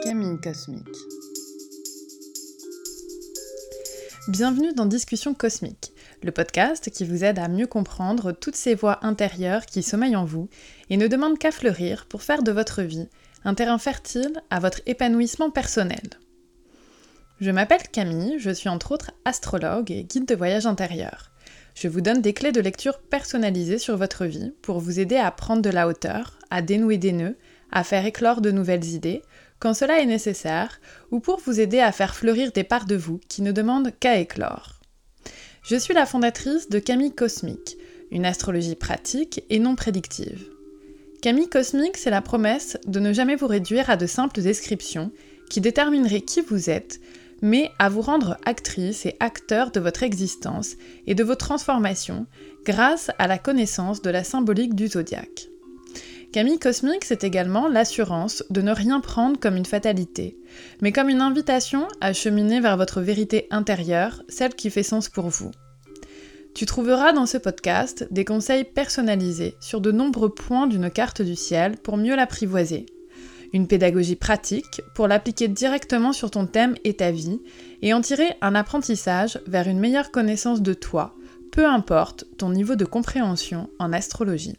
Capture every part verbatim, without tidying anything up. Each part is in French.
Camille Cosmique. Bienvenue dans Discussion Cosmique, le podcast qui vous aide à mieux comprendre toutes ces voix intérieures qui sommeillent en vous et ne demandent qu'à fleurir pour faire de votre vie un terrain fertile à votre épanouissement personnel. Je m'appelle Camille, je suis entre autres astrologue et guide de voyage intérieur. Je vous donne des clés de lecture personnalisées sur votre vie pour vous aider à prendre de la hauteur, à dénouer des nœuds, à faire éclore de nouvelles idées, quand cela est nécessaire, ou pour vous aider à faire fleurir des parts de vous qui ne demandent qu'à éclore. Je suis la fondatrice de Camille Cosmique, une astrologie pratique et non prédictive. Camille Cosmique, c'est la promesse de ne jamais vous réduire à de simples descriptions qui détermineraient qui vous êtes, mais à vous rendre actrice et acteur de votre existence et de vos transformations grâce à la connaissance de la symbolique du zodiaque. Camille Cosmique, c'est également l'assurance de ne rien prendre comme une fatalité, mais comme une invitation à cheminer vers votre vérité intérieure, celle qui fait sens pour vous. Tu trouveras dans ce podcast des conseils personnalisés sur de nombreux points d'une carte du ciel pour mieux l'apprivoiser. Une pédagogie pratique pour l'appliquer directement sur ton thème et ta vie, et en tirer un apprentissage vers une meilleure connaissance de toi, peu importe ton niveau de compréhension en astrologie.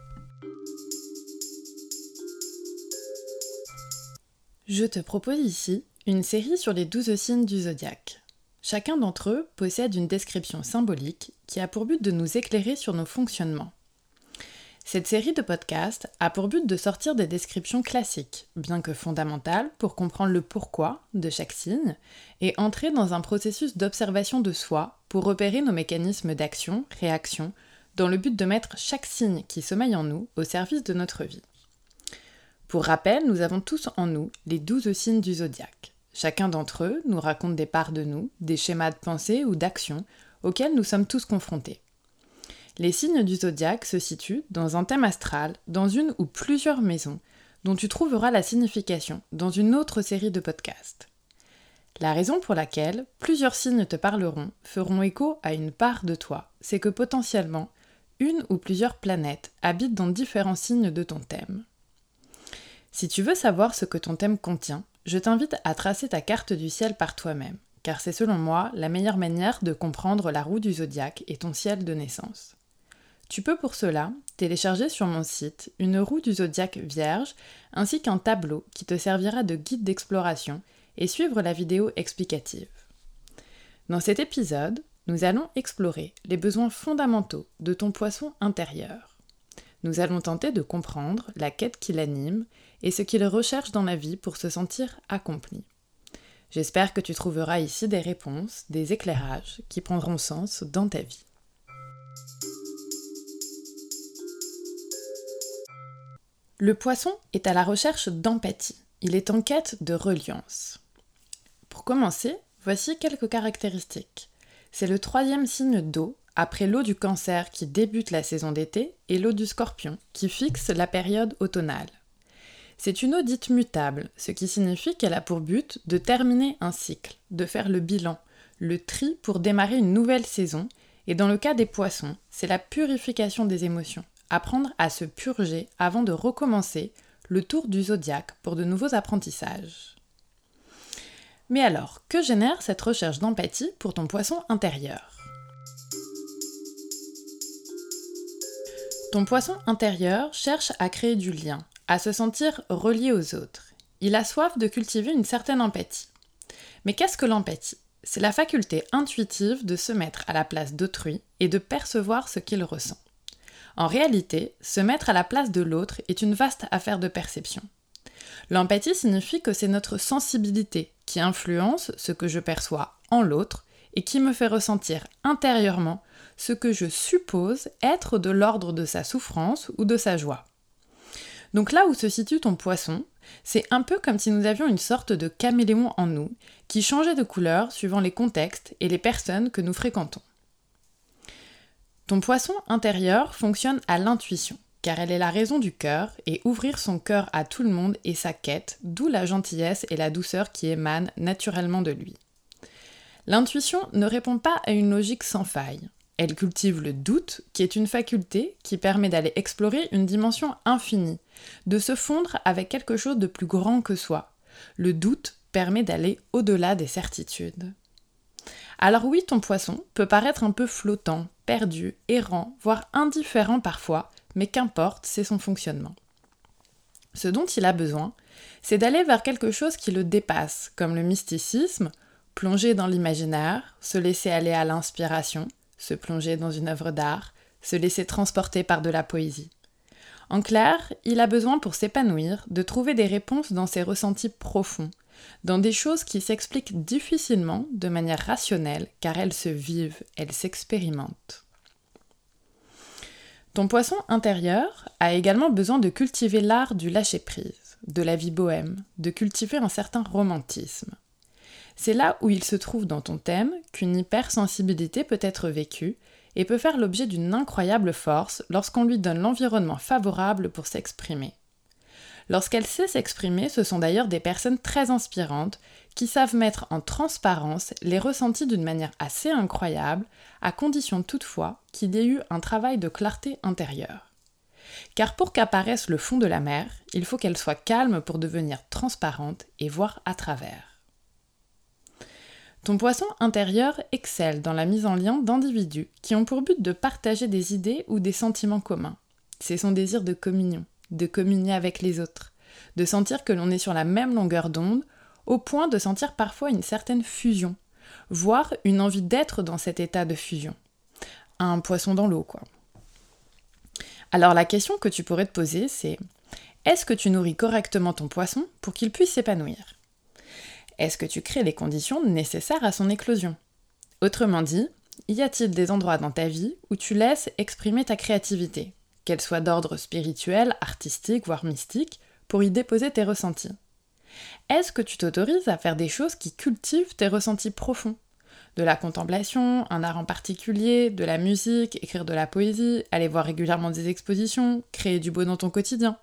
Je te propose ici une série sur les douze signes du zodiaque. Chacun d'entre eux possède une description symbolique qui a pour but de nous éclairer sur nos fonctionnements. Cette série de podcasts a pour but de sortir des descriptions classiques, bien que fondamentales pour comprendre le pourquoi de chaque signe, et entrer dans un processus d'observation de soi pour repérer nos mécanismes d'action, réaction, dans le but de mettre chaque signe qui sommeille en nous au service de notre vie. Pour rappel, nous avons tous en nous les douze signes du zodiaque. Chacun d'entre eux nous raconte des parts de nous, des schémas de pensée ou d'action auxquels nous sommes tous confrontés. Les signes du zodiaque se situent dans un thème astral, dans une ou plusieurs maisons, dont tu trouveras la signification dans une autre série de podcasts. La raison pour laquelle plusieurs signes te parleront, feront écho à une part de toi, c'est que potentiellement, une ou plusieurs planètes habitent dans différents signes de ton thème. Si tu veux savoir ce que ton thème contient, je t'invite à tracer ta carte du ciel par toi-même, car c'est selon moi la meilleure manière de comprendre la roue du zodiaque et ton ciel de naissance. Tu peux pour cela télécharger sur mon site une roue du zodiaque vierge ainsi qu'un tableau qui te servira de guide d'exploration et suivre la vidéo explicative. Dans cet épisode, nous allons explorer les besoins fondamentaux de ton poisson intérieur. Nous allons tenter de comprendre la quête qui l'anime et ce qu'il recherche dans la vie pour se sentir accompli. J'espère que tu trouveras ici des réponses, des éclairages qui prendront sens dans ta vie. Le poisson est à la recherche d'empathie. Il est en quête de reliance. Pour commencer, voici quelques caractéristiques. C'est le troisième signe d'eau, après l'eau du Cancer qui débute la saison d'été et l'eau du Scorpion qui fixe la période automnale. C'est une eau dite mutable, ce qui signifie qu'elle a pour but de terminer un cycle, de faire le bilan, le tri pour démarrer une nouvelle saison, et dans le cas des poissons, c'est la purification des émotions. Apprendre à se purger avant de recommencer le tour du zodiaque pour de nouveaux apprentissages. Mais alors, que génère cette recherche d'empathie pour ton poisson intérieur ? Ton poisson intérieur cherche à créer du lien, à se sentir relié aux autres. Il a soif de cultiver une certaine empathie. Mais qu'est-ce que l'empathie ? C'est la faculté intuitive de se mettre à la place d'autrui et de percevoir ce qu'il ressent. En réalité, se mettre à la place de l'autre est une vaste affaire de perception. L'empathie signifie que c'est notre sensibilité qui influence ce que je perçois en l'autre et qui me fait ressentir intérieurement ce que je suppose être de l'ordre de sa souffrance ou de sa joie. Donc là où se situe ton poisson, c'est un peu comme si nous avions une sorte de caméléon en nous qui changeait de couleur suivant les contextes et les personnes que nous fréquentons. Ton poisson intérieur fonctionne à l'intuition, car elle est la raison du cœur, et ouvrir son cœur à tout le monde est sa quête, d'où la gentillesse et la douceur qui émanent naturellement de lui. L'intuition ne répond pas à une logique sans faille. Elle cultive le doute, qui est une faculté qui permet d'aller explorer une dimension infinie, de se fondre avec quelque chose de plus grand que soi, Le doute permet d'aller au-delà des certitudes. Alors oui, ton poisson peut paraître un peu flottant, perdu, errant, voire indifférent parfois, mais qu'importe, c'est son fonctionnement. Ce dont il a besoin, c'est d'aller vers quelque chose qui le dépasse, comme le mysticisme, plonger dans l'imaginaire, se laisser aller à l'inspiration, se plonger dans une œuvre d'art, se laisser transporter par de la poésie. En clair, il a besoin pour s'épanouir de trouver des réponses dans ses ressentis profonds, dans des choses qui s'expliquent difficilement de manière rationnelle, car elles se vivent, elles s'expérimentent. Ton poisson intérieur a également besoin de cultiver l'art du lâcher-prise, de la vie bohème, de cultiver un certain romantisme. C'est là où il se trouve dans ton thème qu'une hypersensibilité peut être vécue et peut faire l'objet d'une incroyable force lorsqu'on lui donne l'environnement favorable pour s'exprimer. Lorsqu'elle sait s'exprimer, ce sont d'ailleurs des personnes très inspirantes qui savent mettre en transparence les ressentis d'une manière assez incroyable, à condition toutefois qu'il y ait eu un travail de clarté intérieure. Car pour qu'apparaisse le fond de la mer, il faut qu'elle soit calme pour devenir transparente et voir à travers. Ton poisson intérieur excelle dans la mise en lien d'individus qui ont pour but de partager des idées ou des sentiments communs. C'est son désir de communion, de communier avec les autres, de sentir que l'on est sur la même longueur d'onde, au point de sentir parfois une certaine fusion, voire une envie d'être dans cet état de fusion. Un poisson dans l'eau, quoi. Alors la question que tu pourrais te poser, c'est « Est-ce que tu nourris correctement ton poisson pour qu'il puisse s'épanouir ? Est-ce que tu crées les conditions nécessaires à son éclosion ? Autrement dit, y a-t-il des endroits dans ta vie où tu laisses exprimer ta créativité, qu'elle soit d'ordre spirituel, artistique, voire mystique, pour y déposer tes ressentis ? Est-ce que tu t'autorises à faire des choses qui cultivent tes ressentis profonds ? De la contemplation, un art en particulier, de la musique, écrire de la poésie, aller voir régulièrement des expositions, créer du beau dans ton quotidien.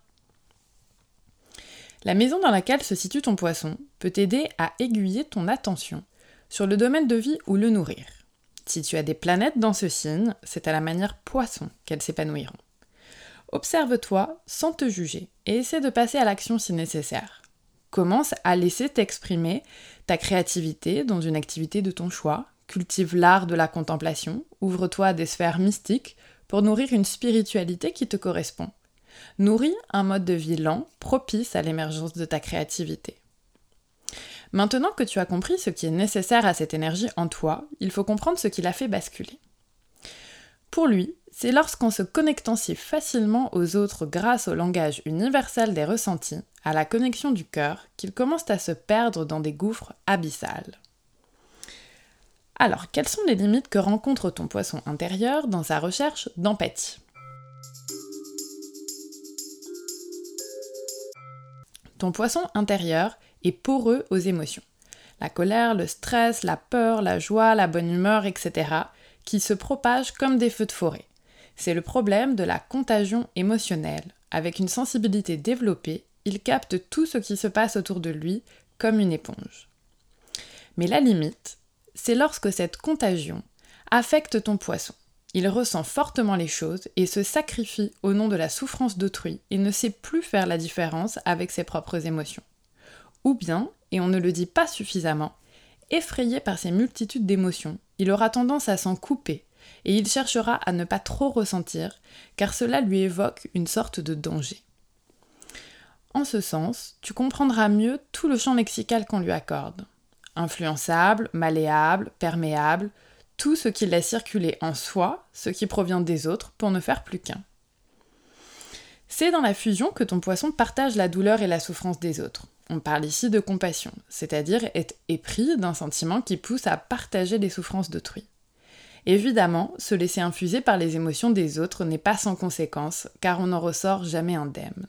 La maison dans laquelle se situe ton poisson peut t'aider à aiguiller ton attention sur le domaine de vie ou le nourrir. Si tu as des planètes dans ce signe, c'est à la manière poisson qu'elles s'épanouiront. Observe-toi sans te juger et essaie de passer à l'action si nécessaire. Commence à laisser t'exprimer ta créativité dans une activité de ton choix, cultive l'art de la contemplation, ouvre-toi à des sphères mystiques pour nourrir une spiritualité qui te correspond. Nourris un mode de vie lent, propice à l'émergence de ta créativité. Maintenant que tu as compris ce qui est nécessaire à cette énergie en toi, il faut comprendre ce qui l'a fait basculer. Pour lui, c'est lorsqu'en se connectant si facilement aux autres grâce au langage universel des ressentis, à la connexion du cœur, qu'il commence à se perdre dans des gouffres abyssales. Alors, quelles sont les limites que rencontre ton poisson intérieur dans sa recherche d'empathie ? Ton poisson intérieur est poreux aux émotions. La colère, le stress, la peur, la joie, la bonne humeur, et cetera, qui se propagent comme des feux de forêt. C'est le problème de la contagion émotionnelle. Avec une sensibilité développée, il capte tout ce qui se passe autour de lui comme une éponge. Mais la limite, c'est lorsque cette contagion affecte ton poisson. Il ressent fortement les choses et se sacrifie au nom de la souffrance d'autrui et ne sait plus faire la différence avec ses propres émotions. Ou bien, et on ne le dit pas suffisamment, effrayé par ces multitudes d'émotions, il aura tendance à s'en couper et il cherchera à ne pas trop ressentir, car cela lui évoque une sorte de danger. En ce sens, tu comprendras mieux tout le champ lexical qu'on lui accorde. Influençable, malléable, perméable, tout ce qui laisse circuler en soi, ce qui provient des autres, pour ne faire plus qu'un. C'est dans la fusion que ton poisson partage la douleur et la souffrance des autres. On parle ici de compassion, c'est-à-dire être épris d'un sentiment qui pousse à partager les souffrances d'autrui. Évidemment, se laisser infuser par les émotions des autres n'est pas sans conséquence, car on n'en ressort jamais indemne.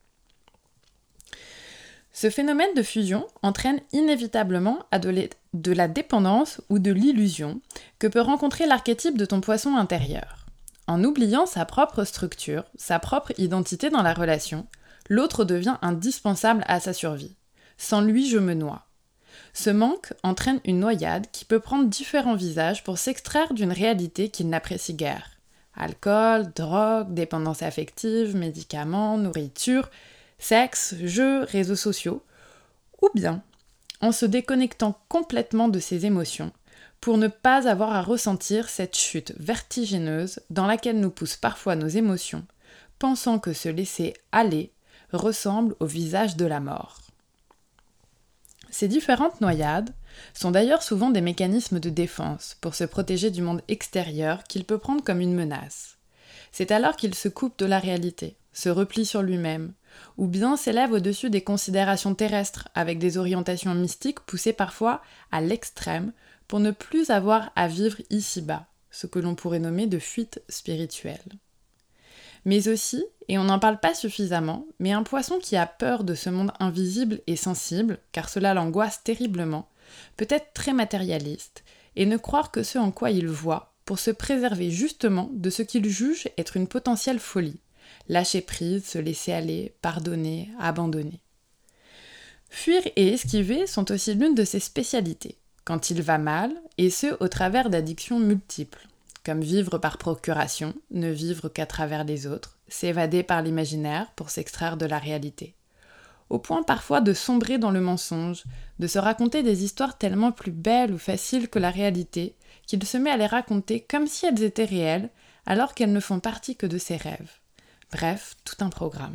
Ce phénomène de fusion entraîne inévitablement à de, de la dépendance ou de l'illusion que peut rencontrer l'archétype de ton poisson intérieur. En oubliant sa propre structure, sa propre identité dans la relation, l'autre devient indispensable à sa survie. Sans lui, je me noie. Ce manque entraîne une noyade qui peut prendre différents visages pour s'extraire d'une réalité qu'il n'apprécie guère. Alcool, drogue, dépendance affective, médicaments, nourriture, sexe, jeux, réseaux sociaux, ou bien en se déconnectant complètement de ses émotions pour ne pas avoir à ressentir cette chute vertigineuse dans laquelle nous poussent parfois nos émotions, pensant que se laisser aller ressemble au visage de la mort. Ces différentes noyades sont d'ailleurs souvent des mécanismes de défense pour se protéger du monde extérieur qu'il peut prendre comme une menace. C'est alors qu'il se coupe de la réalité, se replie sur lui-même, ou bien s'élève au-dessus des considérations terrestres avec des orientations mystiques poussées parfois à l'extrême pour ne plus avoir à vivre ici-bas, ce que l'on pourrait nommer de fuite spirituelle. Mais aussi, et on n'en parle pas suffisamment, mais un poisson qui a peur de ce monde invisible et sensible, car cela l'angoisse terriblement, peut être très matérialiste, et ne croire que ce en quoi il voit, pour se préserver justement de ce qu'il juge être une potentielle folie. Lâcher prise, se laisser aller, pardonner, abandonner. Fuir et esquiver sont aussi l'une de ses spécialités, quand il va mal, et ce au travers d'addictions multiples, comme vivre par procuration, ne vivre qu'à travers les autres, s'évader par l'imaginaire pour s'extraire de la réalité. Au point parfois de sombrer dans le mensonge, de se raconter des histoires tellement plus belles ou faciles que la réalité, qu'il se met à les raconter comme si elles étaient réelles, alors qu'elles ne font partie que de ses rêves. Bref, tout un programme.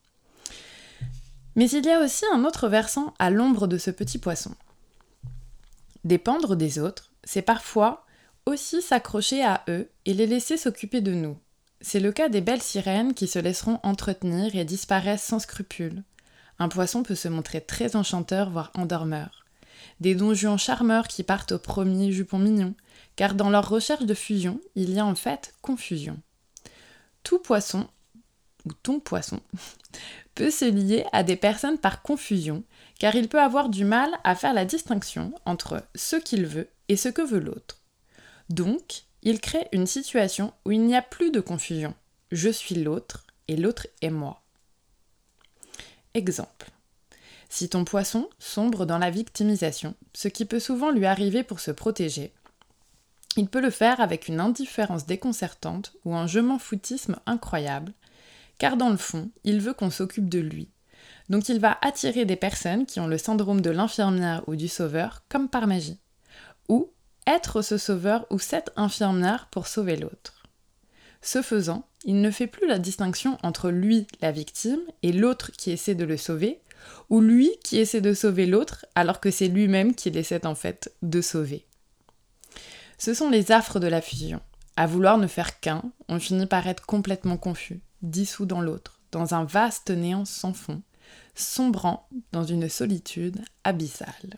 Mais il y a aussi un autre versant à l'ombre de ce petit poisson. Dépendre des autres, c'est parfois aussi s'accrocher à eux et les laisser s'occuper de nous. C'est le cas des belles sirènes qui se laisseront entretenir et disparaissent sans scrupule. Un poisson peut se montrer très enchanteur, voire endormeur. Des don juan charmeurs qui partent au premier jupon mignon, car dans leur recherche de fusion, il y a en fait confusion. Tout poisson, ou ton poisson, peut se lier à des personnes par confusion, car il peut avoir du mal à faire la distinction entre ce qu'il veut et ce que veut l'autre. Donc, il crée une situation où il n'y a plus de confusion. Je suis l'autre et l'autre est moi. Exemple. Si ton poisson sombre dans la victimisation, ce qui peut souvent lui arriver pour se protéger, il peut le faire avec une indifférence déconcertante ou un je m'en foutisme incroyable, car dans le fond, il veut qu'on s'occupe de lui. Donc il va attirer des personnes qui ont le syndrome de l'infirmière ou du sauveur comme par magie, ou être ce sauveur ou cette infirmière pour sauver l'autre. Ce faisant, il ne fait plus la distinction entre lui, la victime, et l'autre qui essaie de le sauver, ou lui qui essaie de sauver l'autre alors que c'est lui-même qu'il essaie en fait de sauver. Ce sont les affres de la fusion. À vouloir ne faire qu'un, on finit par être complètement confus, dissous dans l'autre, dans un vaste néant sans fond, sombrant dans une solitude abyssale.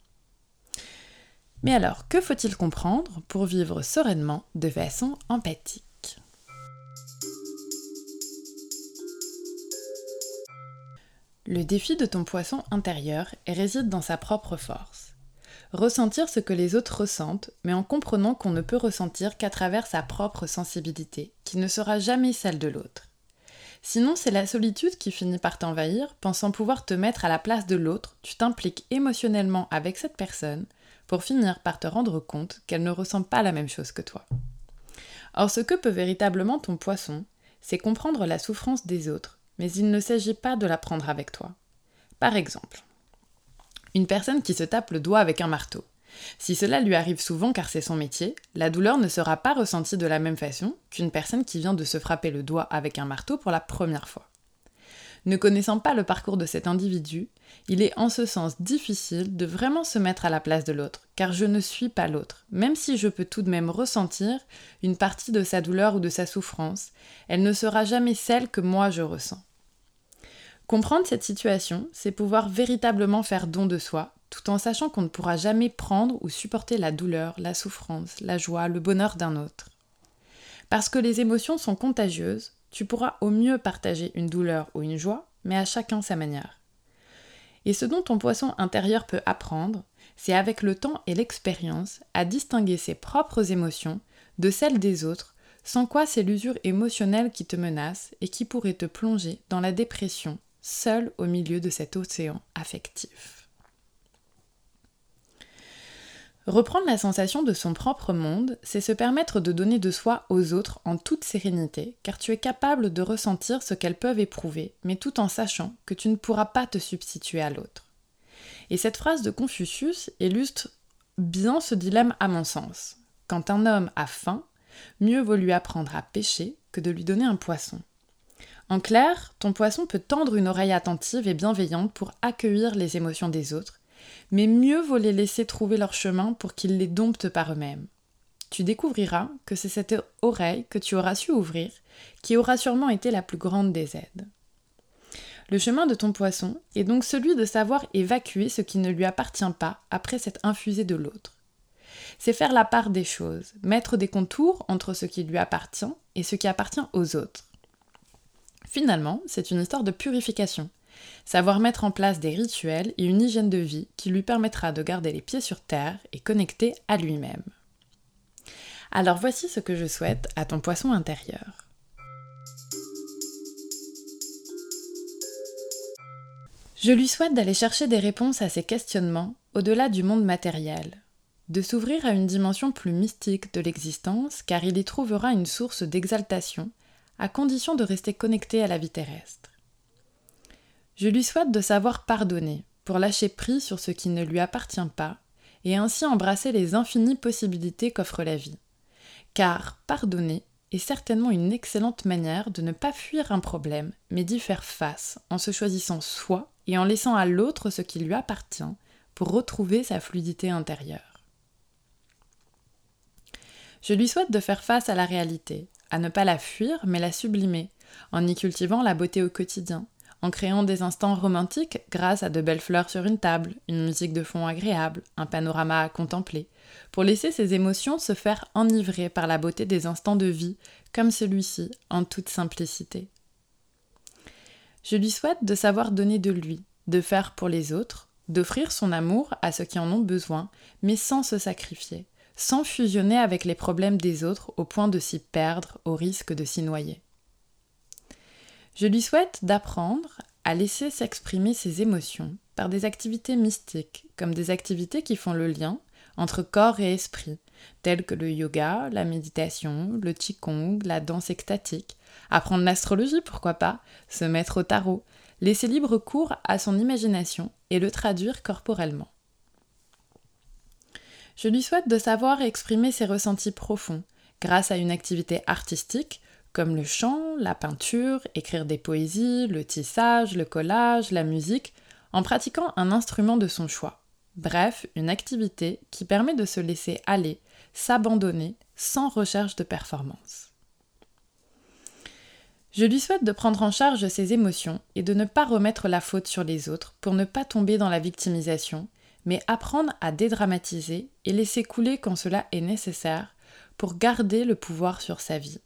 Mais alors, que faut-il comprendre pour vivre sereinement de façon empathique ? Le défi de ton poisson intérieur réside dans sa propre force. Ressentir ce que les autres ressentent, mais en comprenant qu'on ne peut ressentir qu'à travers sa propre sensibilité, qui ne sera jamais celle de l'autre. Sinon, c'est la solitude qui finit par t'envahir, pensant pouvoir te mettre à la place de l'autre, tu t'impliques émotionnellement avec cette personne, pour finir par te rendre compte qu'elle ne ressent pas la même chose que toi. Or, ce que peut véritablement ton poisson, c'est comprendre la souffrance des autres, mais il ne s'agit pas de la prendre avec toi. Par exemple, une personne qui se tape le doigt avec un marteau. Si cela lui arrive souvent car c'est son métier, la douleur ne sera pas ressentie de la même façon qu'une personne qui vient de se frapper le doigt avec un marteau pour la première fois. Ne connaissant pas le parcours de cet individu, il est en ce sens difficile de vraiment se mettre à la place de l'autre, car je ne suis pas l'autre. Même si je peux tout de même ressentir une partie de sa douleur ou de sa souffrance, elle ne sera jamais celle que moi je ressens. Comprendre cette situation, c'est pouvoir véritablement faire don de soi, tout en sachant qu'on ne pourra jamais prendre ou supporter la douleur, la souffrance, la joie, le bonheur d'un autre. Parce que les émotions sont contagieuses, tu pourras au mieux partager une douleur ou une joie, mais à chacun sa manière. Et ce dont ton poisson intérieur peut apprendre, c'est avec le temps et l'expérience à distinguer ses propres émotions de celles des autres, sans quoi c'est l'usure émotionnelle qui te menace et qui pourrait te plonger dans la dépression, seul au milieu de cet océan affectif. Reprendre la sensation de son propre monde, c'est se permettre de donner de soi aux autres en toute sérénité, car tu es capable de ressentir ce qu'elles peuvent éprouver, mais tout en sachant que tu ne pourras pas te substituer à l'autre. Et cette phrase de Confucius illustre bien ce dilemme à mon sens. Quand un homme a faim, mieux vaut lui apprendre à pêcher que de lui donner un poisson. En clair, ton poisson peut tendre une oreille attentive et bienveillante pour accueillir les émotions des autres, mais mieux vaut les laisser trouver leur chemin pour qu'ils les domptent par eux-mêmes. Tu découvriras que c'est cette oreille que tu auras su ouvrir qui aura sûrement été la plus grande des aides. Le chemin de ton poisson est donc celui de savoir évacuer ce qui ne lui appartient pas après s'être infusé de l'autre. C'est faire la part des choses, mettre des contours entre ce qui lui appartient et ce qui appartient aux autres. Finalement, c'est une histoire de purification. Savoir mettre en place des rituels et une hygiène de vie qui lui permettra de garder les pieds sur terre et connecté à lui-même. Alors voici ce que je souhaite à ton poisson intérieur. Je lui souhaite d'aller chercher des réponses à ses questionnements au-delà du monde matériel, de s'ouvrir à une dimension plus mystique de l'existence car il y trouvera une source d'exaltation à condition de rester connecté à la vie terrestre. Je lui souhaite de savoir pardonner pour lâcher prise sur ce qui ne lui appartient pas et ainsi embrasser les infinies possibilités qu'offre la vie. Car pardonner est certainement une excellente manière de ne pas fuir un problème, mais d'y faire face en se choisissant soi et en laissant à l'autre ce qui lui appartient pour retrouver sa fluidité intérieure. Je lui souhaite de faire face à la réalité, à ne pas la fuir mais la sublimer, en y cultivant la beauté au quotidien, en créant des instants romantiques grâce à de belles fleurs sur une table, une musique de fond agréable, un panorama à contempler, pour laisser ses émotions se faire enivrer par la beauté des instants de vie, comme celui-ci, en toute simplicité. Je lui souhaite de savoir donner de lui, de faire pour les autres, d'offrir son amour à ceux qui en ont besoin, mais sans se sacrifier, sans fusionner avec les problèmes des autres au point de s'y perdre au risque de s'y noyer. Je lui souhaite d'apprendre à laisser s'exprimer ses émotions par des activités mystiques, comme des activités qui font le lien entre corps et esprit, telles que le yoga, la méditation, le qigong, la danse extatique, apprendre l'astrologie, pourquoi pas, se mettre au tarot, laisser libre cours à son imagination et le traduire corporellement. Je lui souhaite de savoir exprimer ses ressentis profonds grâce à une activité artistique comme le chant, la peinture, écrire des poésies, le tissage, le collage, la musique, en pratiquant un instrument de son choix. Bref, une activité qui permet de se laisser aller, s'abandonner, sans recherche de performance. Je lui souhaite de prendre en charge ses émotions et de ne pas remettre la faute sur les autres pour ne pas tomber dans la victimisation, mais apprendre à dédramatiser et laisser couler quand cela est nécessaire pour garder le pouvoir sur sa vie.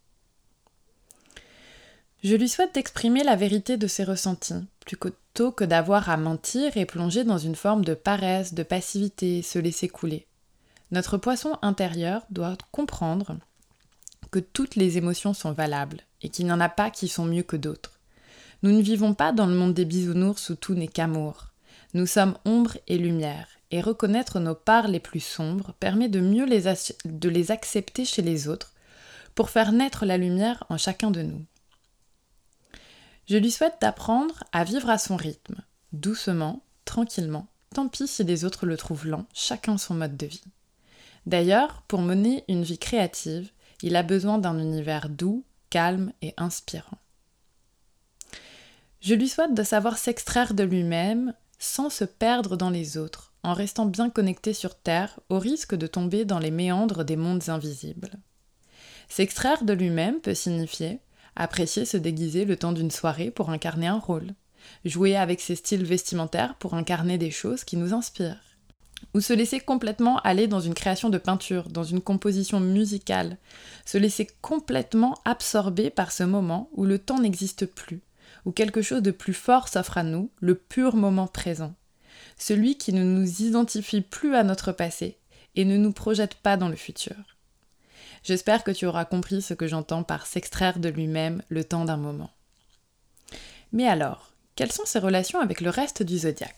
Je lui souhaite d'exprimer la vérité de ses ressentis, plutôt que d'avoir à mentir et plonger dans une forme de paresse, de passivité, se laisser couler. Notre poisson intérieur doit comprendre que toutes les émotions sont valables et qu'il n'y en a pas qui sont mieux que d'autres. Nous ne vivons pas dans le monde des bisounours où tout n'est qu'amour. Nous sommes ombre et lumière, et reconnaître nos parts les plus sombres permet de mieux les, as- de les accepter chez les autres pour faire naître la lumière en chacun de nous. Je lui souhaite d'apprendre à vivre à son rythme, doucement, tranquillement, tant pis si les autres le trouvent lent, chacun son mode de vie. D'ailleurs, pour mener une vie créative, il a besoin d'un univers doux, calme et inspirant. Je lui souhaite de savoir s'extraire de lui-même sans se perdre dans les autres, en restant bien connecté sur Terre au risque de tomber dans les méandres des mondes invisibles. S'extraire de lui-même peut signifier apprécier se déguiser le temps d'une soirée pour incarner un rôle, jouer avec ses styles vestimentaires pour incarner des choses qui nous inspirent, ou se laisser complètement aller dans une création de peinture, dans une composition musicale, se laisser complètement absorber par ce moment où le temps n'existe plus, où quelque chose de plus fort s'offre à nous, le pur moment présent, celui qui ne nous identifie plus à notre passé et ne nous projette pas dans le futur. J'espère que tu auras compris ce que j'entends par s'extraire de lui-même le temps d'un moment. Mais alors, quelles sont ses relations avec le reste du zodiaque ?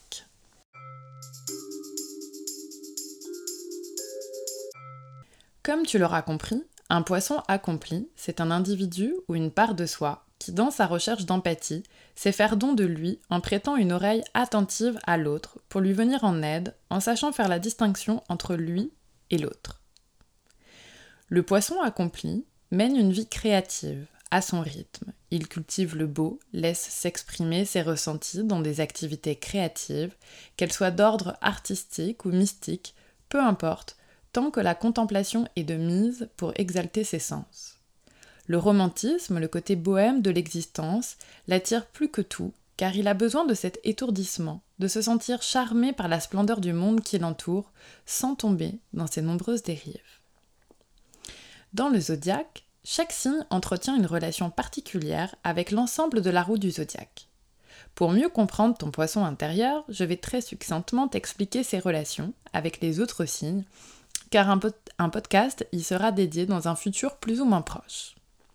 Comme tu l'auras compris, un poisson accompli, c'est un individu ou une part de soi qui, dans sa recherche d'empathie, sait faire don de lui en prêtant une oreille attentive à l'autre pour lui venir en aide, en sachant faire la distinction entre lui et l'autre. Le poisson accompli mène une vie créative, à son rythme. Il cultive le beau, laisse s'exprimer ses ressentis dans des activités créatives, qu'elles soient d'ordre artistique ou mystique, peu importe, tant que la contemplation est de mise pour exalter ses sens. Le romantisme, le côté bohème de l'existence, l'attire plus que tout, car il a besoin de cet étourdissement, de se sentir charmé par la splendeur du monde qui l'entoure, sans tomber dans ses nombreuses dérives. Dans le zodiaque, chaque signe entretient une relation particulière avec l'ensemble de la roue du zodiaque. Pour mieux comprendre ton poisson intérieur, je vais très succinctement t'expliquer ces relations avec les autres signes, car un, pod- un podcast y sera dédié dans un futur plus ou moins proche.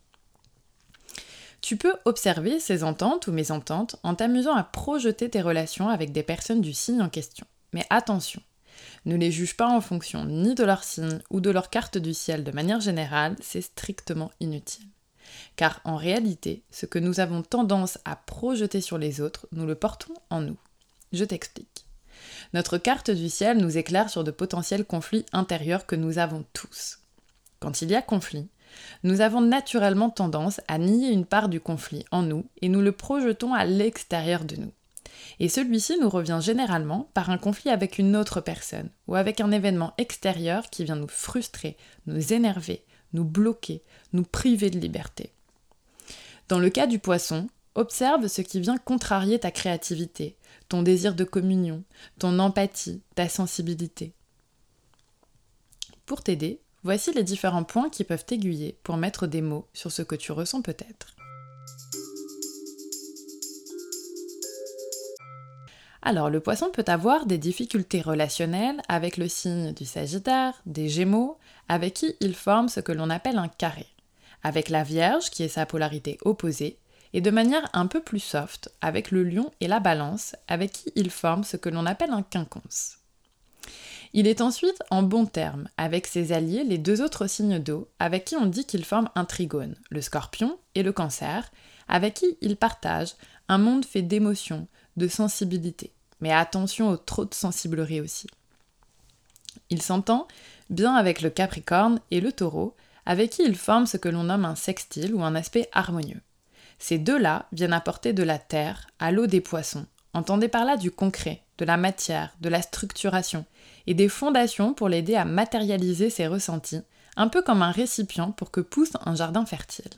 Tu peux observer ces ententes ou mésententes en t'amusant à projeter tes relations avec des personnes du signe en question. Mais attention, ne les juge pas en fonction ni de leur signe ou de leur carte du ciel de manière générale, c'est strictement inutile. Car en réalité, ce que nous avons tendance à projeter sur les autres, nous le portons en nous. Je t'explique. Notre carte du ciel nous éclaire sur de potentiels conflits intérieurs que nous avons tous. Quand il y a conflit, nous avons naturellement tendance à nier une part du conflit en nous et nous le projetons à l'extérieur de nous. Et celui-ci nous revient généralement par un conflit avec une autre personne ou avec un événement extérieur qui vient nous frustrer, nous énerver, nous bloquer, nous priver de liberté. Dans le cas du poisson, observe ce qui vient contrarier ta créativité, ton désir de communion, ton empathie, ta sensibilité. Pour t'aider, voici les différents points qui peuvent t'aiguiller pour mettre des mots sur ce que tu ressens peut-être. Alors, le poisson peut avoir des difficultés relationnelles avec le signe du Sagittaire, des Gémeaux, avec qui il forme ce que l'on appelle un carré, avec la Vierge, qui est sa polarité opposée, et de manière un peu plus soft, avec le Lion et la Balance, avec qui il forme ce que l'on appelle un quinconce. Il est ensuite en bon terme avec ses alliés, les deux autres signes d'eau, avec qui on dit qu'il forme un trigone, le Scorpion et le Cancer, avec qui il partage un monde fait d'émotions, de sensibilité. Mais attention aux trop de sensiblerie aussi. Il s'entend bien avec le Capricorne et le Taureau, avec qui il forme ce que l'on nomme un sextile ou un aspect harmonieux. Ces deux-là viennent apporter de la terre à l'eau des poissons. Entendez par là du concret, de la matière, de la structuration et des fondations pour l'aider à matérialiser ses ressentis, un peu comme un récipient pour que pousse un jardin fertile.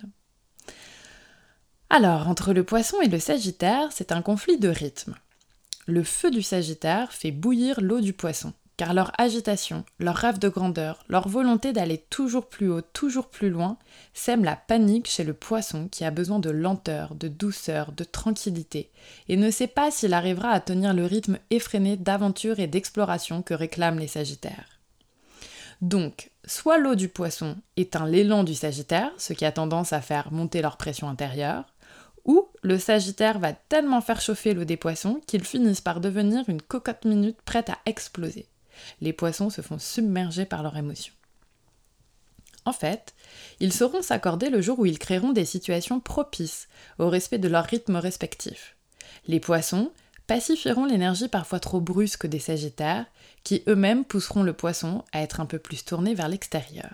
Alors, entre le Poisson et le Sagittaire, c'est un conflit de rythme. Le feu du Sagittaire fait bouillir l'eau du Poisson, car leur agitation, leur rêve de grandeur, leur volonté d'aller toujours plus haut, toujours plus loin, sème la panique chez le Poisson qui a besoin de lenteur, de douceur, de tranquillité, et ne sait pas s'il arrivera à tenir le rythme effréné d'aventure et d'exploration que réclament les Sagittaires. Donc, soit l'eau du Poisson éteint l'élan du Sagittaire, ce qui a tendance à faire monter leur pression intérieure, ou le Sagittaire va tellement faire chauffer l'eau des Poissons qu'ils finissent par devenir une cocotte minute prête à exploser. Les Poissons se font submerger par leurs émotions. En fait, ils sauront s'accorder le jour où ils créeront des situations propices au respect de leurs rythmes respectifs. Les Poissons pacifieront l'énergie parfois trop brusque des Sagittaires, qui eux-mêmes pousseront le Poisson à être un peu plus tourné vers l'extérieur.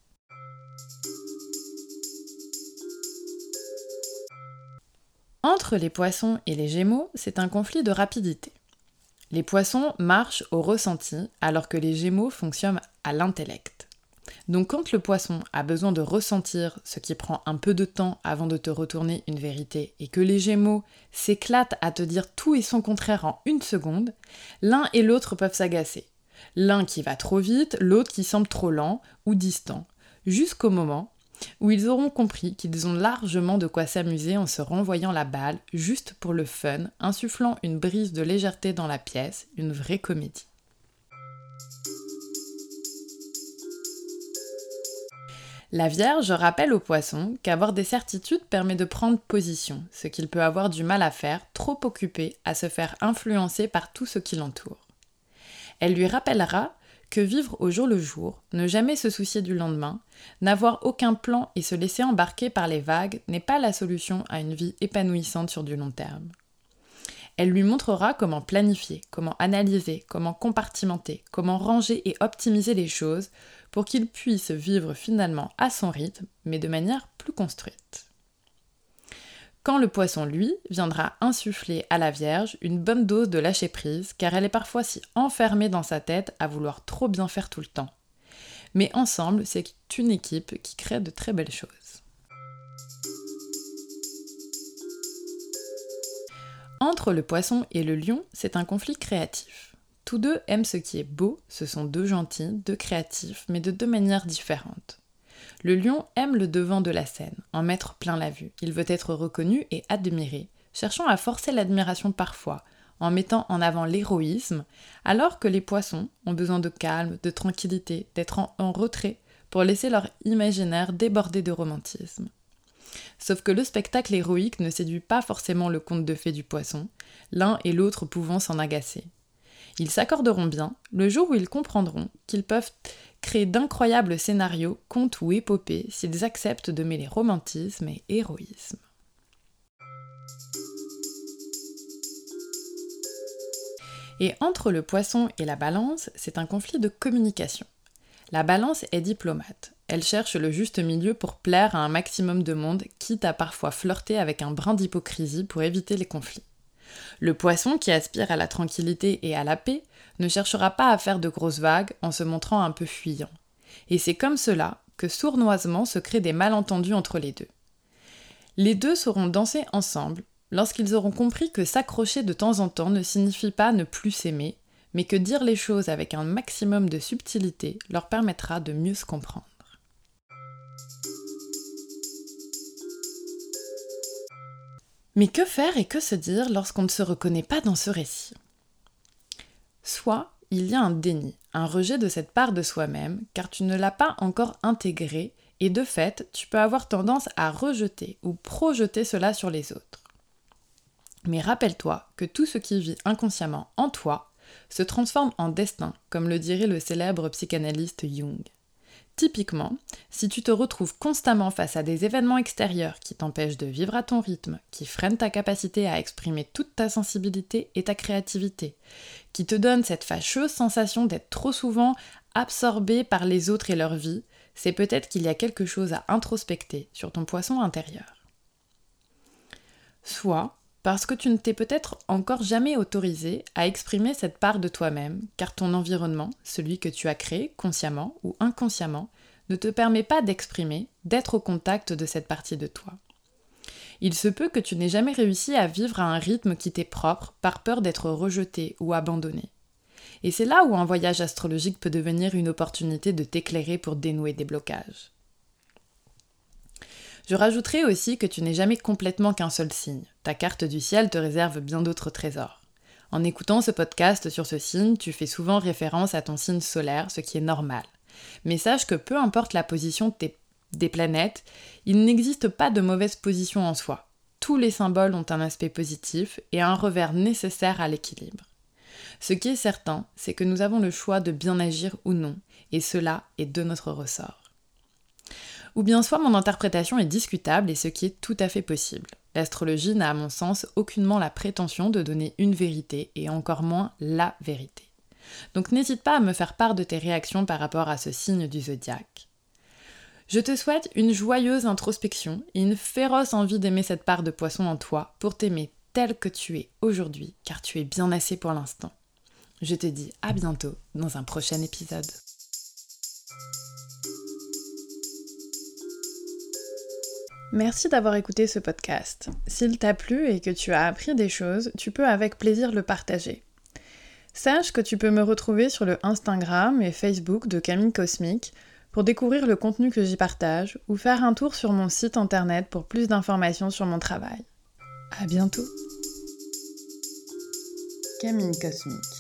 Entre les Poissons et les Gémeaux, c'est un conflit de rapidité. Les Poissons marchent au ressenti, alors que les Gémeaux fonctionnent à l'intellect. Donc quand le Poisson a besoin de ressentir ce qui prend un peu de temps avant de te retourner une vérité, et que les Gémeaux s'éclatent à te dire tout et son contraire en une seconde, l'un et l'autre peuvent s'agacer. L'un qui va trop vite, l'autre qui semble trop lent ou distant, jusqu'au moment où ils auront compris qu'ils ont largement de quoi s'amuser en se renvoyant la balle, juste pour le fun, insufflant une brise de légèreté dans la pièce, une vraie comédie. La Vierge rappelle au Poisson qu'avoir des certitudes permet de prendre position, ce qu'il peut avoir du mal à faire, trop occupé à se faire influencer par tout ce qui l'entoure. Elle lui rappellera que vivre au jour le jour, ne jamais se soucier du lendemain, n'avoir aucun plan et se laisser embarquer par les vagues n'est pas la solution à une vie épanouissante sur du long terme. Elle lui montrera comment planifier, comment analyser, comment compartimenter, comment ranger et optimiser les choses pour qu'il puisse vivre finalement à son rythme, mais de manière plus construite. Quand le poisson, lui, viendra insuffler à la Vierge une bonne dose de lâcher-prise, car elle est parfois si enfermée dans sa tête à vouloir trop bien faire tout le temps. Mais ensemble, c'est une équipe qui crée de très belles choses. Entre le poisson et le lion, c'est un conflit créatif. Tous deux aiment ce qui est beau, ce sont deux gentils, deux créatifs, mais de deux manières différentes. Le lion aime le devant de la scène, en mettre plein la vue. Il veut être reconnu et admiré, cherchant à forcer l'admiration parfois, en mettant en avant l'héroïsme, alors que les poissons ont besoin de calme, de tranquillité, d'être en, en retrait pour laisser leur imaginaire déborder de romantisme. Sauf que le spectacle héroïque ne séduit pas forcément le conte de fées du poisson, l'un et l'autre pouvant s'en agacer. Ils s'accorderont bien le jour où ils comprendront qu'ils peuvent créer d'incroyables scénarios, contes ou épopées s'ils acceptent de mêler romantisme et héroïsme. Et entre le poisson et la balance, c'est un conflit de communication. La balance est diplomate. Elle cherche le juste milieu pour plaire à un maximum de monde, quitte à parfois flirter avec un brin d'hypocrisie pour éviter les conflits. Le poisson, qui aspire à la tranquillité et à la paix, ne cherchera pas à faire de grosses vagues en se montrant un peu fuyant. Et c'est comme cela que sournoisement se créent des malentendus entre les deux. Les deux sauront danser ensemble lorsqu'ils auront compris que s'accrocher de temps en temps ne signifie pas ne plus s'aimer, mais que dire les choses avec un maximum de subtilité leur permettra de mieux se comprendre. Mais que faire et que se dire lorsqu'on ne se reconnaît pas dans ce récit ? Soit il y a un déni, un rejet de cette part de soi-même, car tu ne l'as pas encore intégrée, et de fait, tu peux avoir tendance à rejeter ou projeter cela sur les autres. Mais rappelle-toi que tout ce qui vit inconsciemment en toi se transforme en destin, comme le dirait le célèbre psychanalyste Jung. Typiquement, si tu te retrouves constamment face à des événements extérieurs qui t'empêchent de vivre à ton rythme, qui freinent ta capacité à exprimer toute ta sensibilité et ta créativité, qui te donnent cette fâcheuse sensation d'être trop souvent absorbé par les autres et leur vie, c'est peut-être qu'il y a quelque chose à introspecter sur ton poisson intérieur. Soit parce que tu ne t'es peut-être encore jamais autorisé à exprimer cette part de toi-même, car ton environnement, celui que tu as créé consciemment ou inconsciemment, ne te permet pas d'exprimer, d'être au contact de cette partie de toi. Il se peut que tu n'aies jamais réussi à vivre à un rythme qui t'est propre par peur d'être rejeté ou abandonné. Et c'est là où un voyage astrologique peut devenir une opportunité de t'éclairer pour dénouer des blocages. Je rajouterai aussi que tu n'es jamais complètement qu'un seul signe. Ta carte du ciel te réserve bien d'autres trésors. En écoutant ce podcast sur ce signe, tu fais souvent référence à ton signe solaire, ce qui est normal. Mais sache que peu importe la position tes, des planètes, il n'existe pas de mauvaise position en soi. Tous les symboles ont un aspect positif et un revers nécessaire à l'équilibre. Ce qui est certain, c'est que nous avons le choix de bien agir ou non, et cela est de notre ressort. Ou bien soit mon interprétation est discutable et ce qui est tout à fait possible. L'astrologie n'a à mon sens aucunement la prétention de donner une vérité et encore moins la vérité. Donc n'hésite pas à me faire part de tes réactions par rapport à ce signe du zodiaque. Je te souhaite une joyeuse introspection et une féroce envie d'aimer cette part de poisson en toi pour t'aimer tel que tu es aujourd'hui, car tu es bien assez pour l'instant. Je te dis à bientôt dans un prochain épisode. Merci d'avoir écouté ce podcast. S'il t'a plu et que tu as appris des choses, tu peux avec plaisir le partager. Sache que tu peux me retrouver sur le Instagram et Facebook de Camille Cosmique pour découvrir le contenu que j'y partage ou faire un tour sur mon site internet pour plus d'informations sur mon travail. À bientôt. Camille Cosmique.